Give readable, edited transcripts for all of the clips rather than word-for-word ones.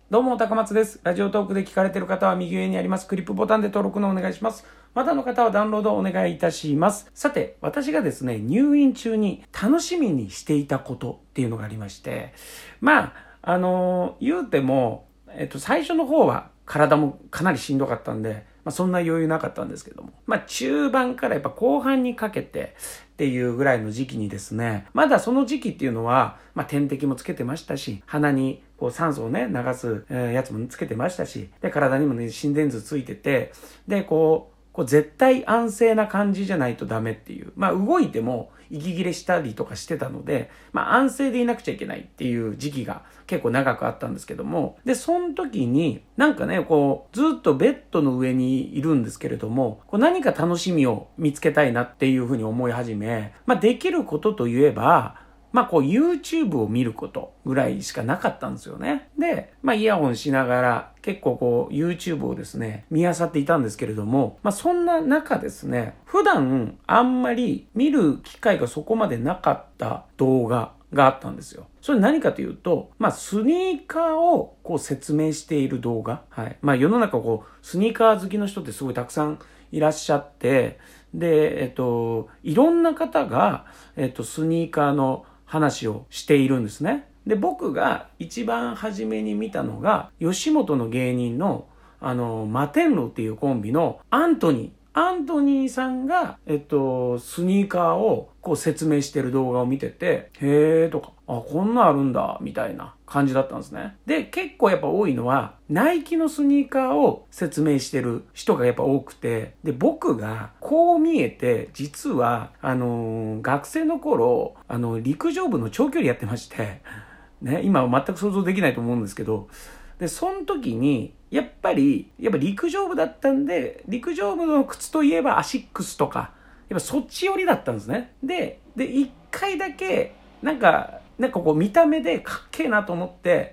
どうも、高松です。ラジオトークで聞かれている方は右上にありますクリップボタンで登録のお願いします。まだの方はダウンロードお願いいたします。さて、私がですね、入院中に楽しみにしていたことっていうのがありまして、言うても、最初の方は体もかなりしんどかったんで、そんな余裕なかったんですけども、中盤からやっぱ後半にかけてっていうぐらいの時期にですね、まだその時期っていうのは、点滴もつけてましたし、鼻にこう酸素をね、流すやつもつけてましたし、で、体にもね、心電図ついてて、で、こう絶対安静な感じじゃないとダメっていう。動いても息切れしたりとかしてたので、安静でいなくちゃいけないっていう時期が結構長くあったんですけども、で、その時にずっとベッドの上にいるんですけれども、何か楽しみを見つけたいなっていうふうに思い始め、できることといえば、YouTube を見ることぐらいしかなかったんですよね。で、イヤホンしながら結構YouTube をですね、見漁っていたんですけれども、そんな中ですね、普段あんまり見る機会がそこまでなかった動画があったんですよ。それ何かというと、スニーカーを説明している動画。はい。世の中スニーカー好きの人ってすごいたくさんいらっしゃって、で、いろんな方が、スニーカーの話をしているんですね。で、僕が一番初めに見たのが、吉本の芸人の、マテンロウっていうコンビのアントニーさんが、スニーカーを説明してる動画を見てて、へーとか、こんなあるんだ、みたいな感じだったんですね。で、結構やっぱ多いのは、ナイキのスニーカーを説明してる人がやっぱ多くて、で、僕がこう見えて、実は、学生の頃、陸上部の長距離やってまして、ね、今は全く想像できないと思うんですけど、で、その時に、やっぱ陸上部だったんで、陸上部の靴といえばアシックスとか、やっぱそっち寄りだったんですね。で、一回だけ、見た目でかっけえなと思って、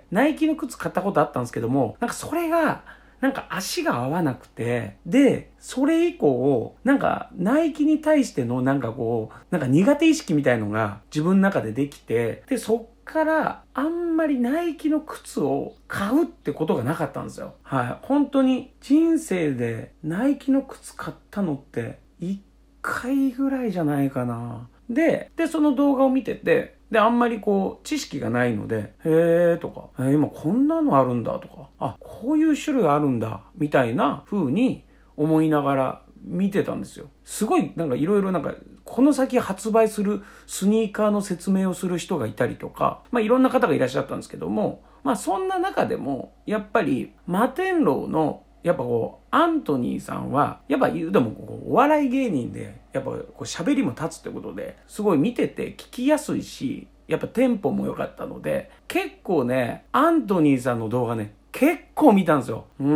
ナイキの靴買ったことあったんですけども、それが、足が合わなくて、で、それ以降、ナイキに対しての苦手意識みたいのが自分の中でできて、で、そっからあんまりナイキの靴を買うってことがなかったんですよ。はい。本当に人生でナイキの靴買ったのって1回ぐらいじゃないかな。で、その動画を見てて、で、あんまり知識がないので、へーとか、今こんなのあるんだとか、こういう種類あるんだ、みたいな風に思いながら見てたんですよ。すごい、いろいろこの先発売するスニーカーの説明をする人がいたりとか、いろんな方がいらっしゃったんですけども、そんな中でも、やっぱり、マテンロウの、アントニーさんは、でもお笑い芸人で、喋りも立つってことで、すごい見てて聞きやすいし、やっぱテンポも良かったので、結構ね、アントニーさんの動画ね、結構見たんですよ。うん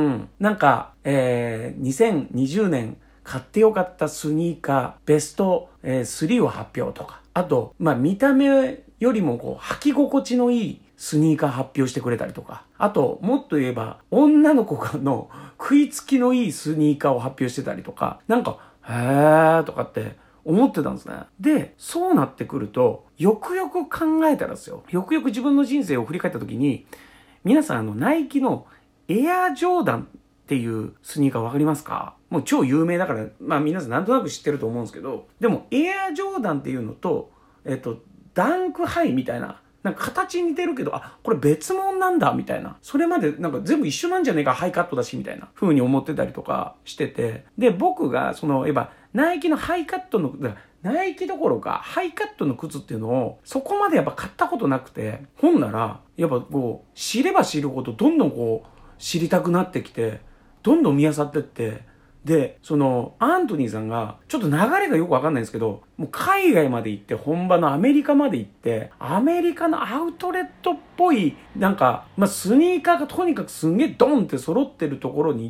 。2020年買ってよかったスニーカー、ベスト3を発表とか、あと、見た目よりも履き心地のいいスニーカー発表してくれたりとか、あと、もっと言えば、女の子の食いつきのいいスニーカーを発表してたりとか、へーとかって思ってたんですね。で、そうなってくると、よくよく考えたらですよ。よくよく自分の人生を振り返った時に、皆さんナイキのエアジョーダンっていうスニーカーわかりますか？もう超有名だから、皆さんなんとなく知ってると思うんですけど、でもエアジョーダンっていうのと、ダンクハイみたいな、形似てるけど、これ別物なんだ、みたいな。それまで全部一緒なんじゃねえか、ハイカットだし、みたいな風に思ってたりとかしてて。で、僕が、ナイキのハイカットの、ナイキどころか、ハイカットの靴っていうのを、そこまで買ったことなくて、ほんなら、知れば知るほど、どんどん知りたくなってきて、どんどん見漁ってって、で、アントニーさんが、ちょっと流れがよくわかんないんですけど、もう海外まで行って、本場のアメリカまで行って、アメリカのアウトレットっぽい、スニーカーがとにかくすんげえドンって揃ってるところに行って、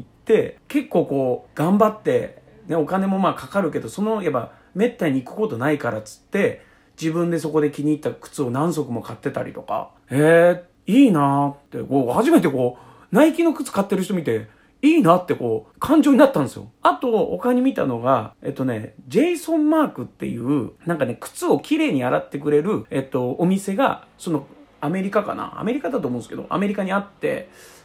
結構頑張って、ね、お金もかかるけど、めったに行くことないからっつって、自分でそこで気に入った靴を何足も買ってたりとか、いいなーって、初めてナイキの靴買ってる人見て、いいなって感情になったんですよ。あと、他に見たのが、ジェイソンマークっていう、靴をきれいに洗ってくれる、お店が、アメリカかな？アメリカだと思うんですけど、アメリカにあって、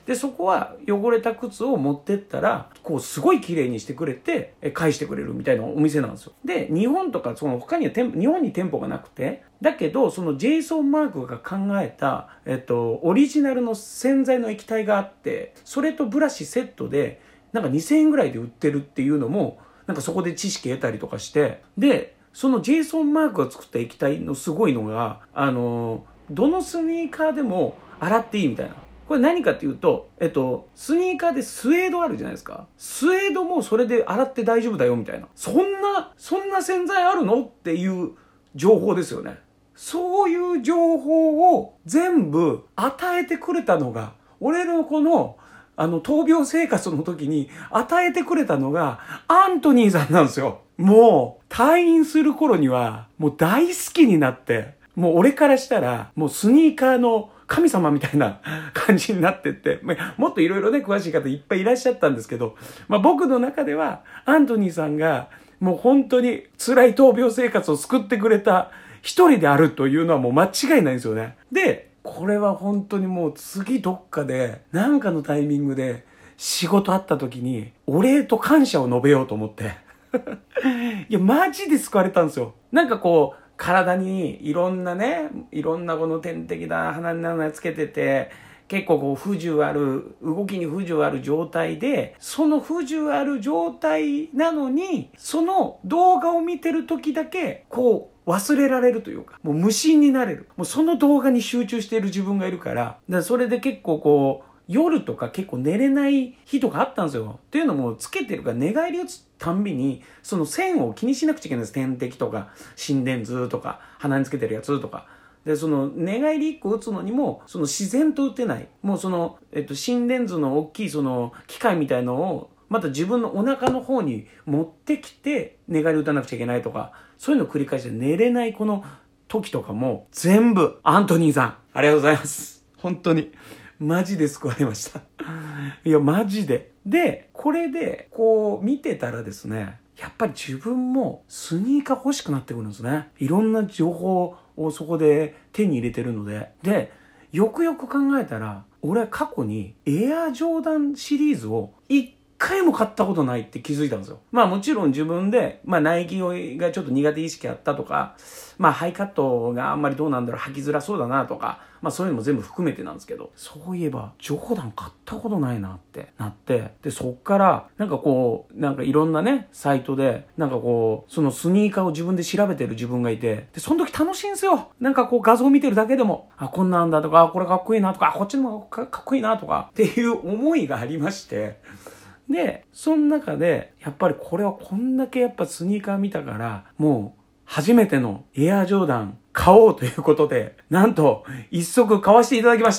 で、そこは汚れた靴を持ってったら、こうすごい綺麗にしてくれて、返してくれるみたいなお店なんですよ。で、日本とか、その他には日本に店舗がなくて、だけど、そのジェイソン・マークが考えた、オリジナルの洗剤の液体があって、それとブラシセットで、なんか2000円ぐらいで売ってるっていうのも、なんかそこで知識得たりとかして、で、そのジェイソン・マークが作った液体のすごいのが、どのスニーカーでも洗っていいみたいな。これ何かっていうと、スニーカーでスウェードあるじゃないですか。スウェードもそれで洗って大丈夫だよみたいな。そんな洗剤あるのっていう情報ですよね。そういう情報を全部与えてくれたのが、俺のこの、闘病生活の時に与えてくれたのがアントニーさんなんですよ。もう退院する頃にはもう大好きになって、もう俺からしたらもうスニーカーの神様みたいな感じになってって、もっといろいろね詳しい方いっぱいいらっしゃったんですけど、僕の中ではアントニーさんがもう本当に辛い闘病生活を救ってくれた一人であるというのはもう間違いないんですよね。で、これは本当にもう次どっかで何かのタイミングで仕事あった時にお礼と感謝を述べようと思っていやマジで救われたんですよ。なんかこう体にいろんなこの点滴だ鼻になるのつけてて、結構こう動きに不自由ある状態で、その不自由ある状態なのにその動画を見てる時だけこう忘れられるというか、もう無心になれる。もうその動画に集中している自分がいるから、それで結構こう、夜とか結構寝れない日とかあったんですよ。っていうのも、つけてるから寝返り打つたんびに、その線を気にしなくちゃいけないんです。点滴とか、心電図とか、鼻につけてるやつとか。で、その寝返り1個打つのにも、その自然と打てない。もうその、心電図の大きいその機械みたいのを、また自分のお腹の方に持ってきて寝返り打たなくちゃいけないとか、そういうのを繰り返して寝れないこの時とかも全部アントニーさんありがとうございます。本当にマジで救われました。いやマジで。で、これでこう見てたらですね、やっぱり自分もスニーカー欲しくなってくるんですね。いろんな情報をそこで手に入れてるので。で、よくよく考えたら、俺は過去にエアジョーダンシリーズを1回も買ったことないって気づいたんですよ。もちろん自分で、ナイキがちょっと苦手意識あったとか、ハイカットがあんまりどうなんだろう、履きづらそうだなとか、そういうのも全部含めてなんですけど、そういえば、ジョーダン買ったことないなってなって、で、そっから、なんかいろんなね、サイトで、そのスニーカーを自分で調べてる自分がいて、で、その時楽しいんですよ。画像を見てるだけでも、こんなんだとか、これかっこいいなとか、こっちの方がかっこいいなとか、っていう思いがありまして、で、その中で、やっぱりこれはこんだけやっぱスニーカー見たから、もう、初めてのエアジョーダン買おうということで、なんと、一足買わせていただきました。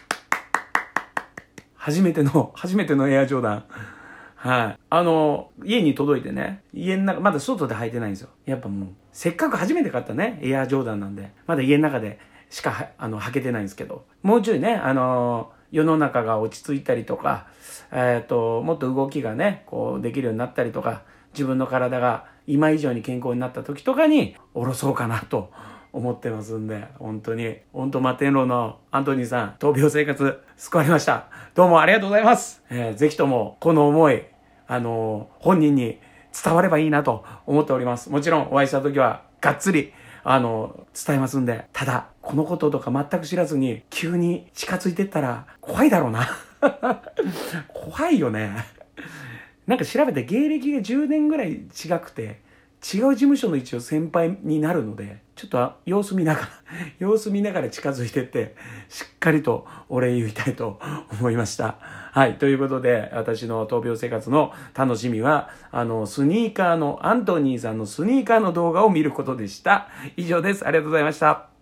初めてのエアジョーダン。はい。家に届いてね、家の中、まだ外で履いてないんですよ。やっぱもう、せっかく初めて買ったね、エアジョーダンなんで、まだ家の中でしか履けてないんですけど、もうちょいね、世の中が落ち着いたりとか、もっと動きがね、こうできるようになったりとか、自分の体が今以上に健康になった時とかに、下ろそうかなと思ってますんで、本当摩天楼のアントニーさん、闘病生活救われました。どうもありがとうございます。ぜひともこの思い、本人に伝わればいいなと思っております。もちろんお会いした時はがっつり伝えますんで、ただ、このこととか全く知らずに、急に近づいてったら、怖いだろうな。怖いよね。なんか調べて芸歴が10年ぐらい違くて、違う事務所の一応先輩になるので、ちょっと様子見ながら近づいてって、しっかりとお礼言いたいと思いました。はい。ということで、私の闘病生活の楽しみは、スニーカーの、アントニーさんのスニーカーの動画を見ることでした。以上です。ありがとうございました。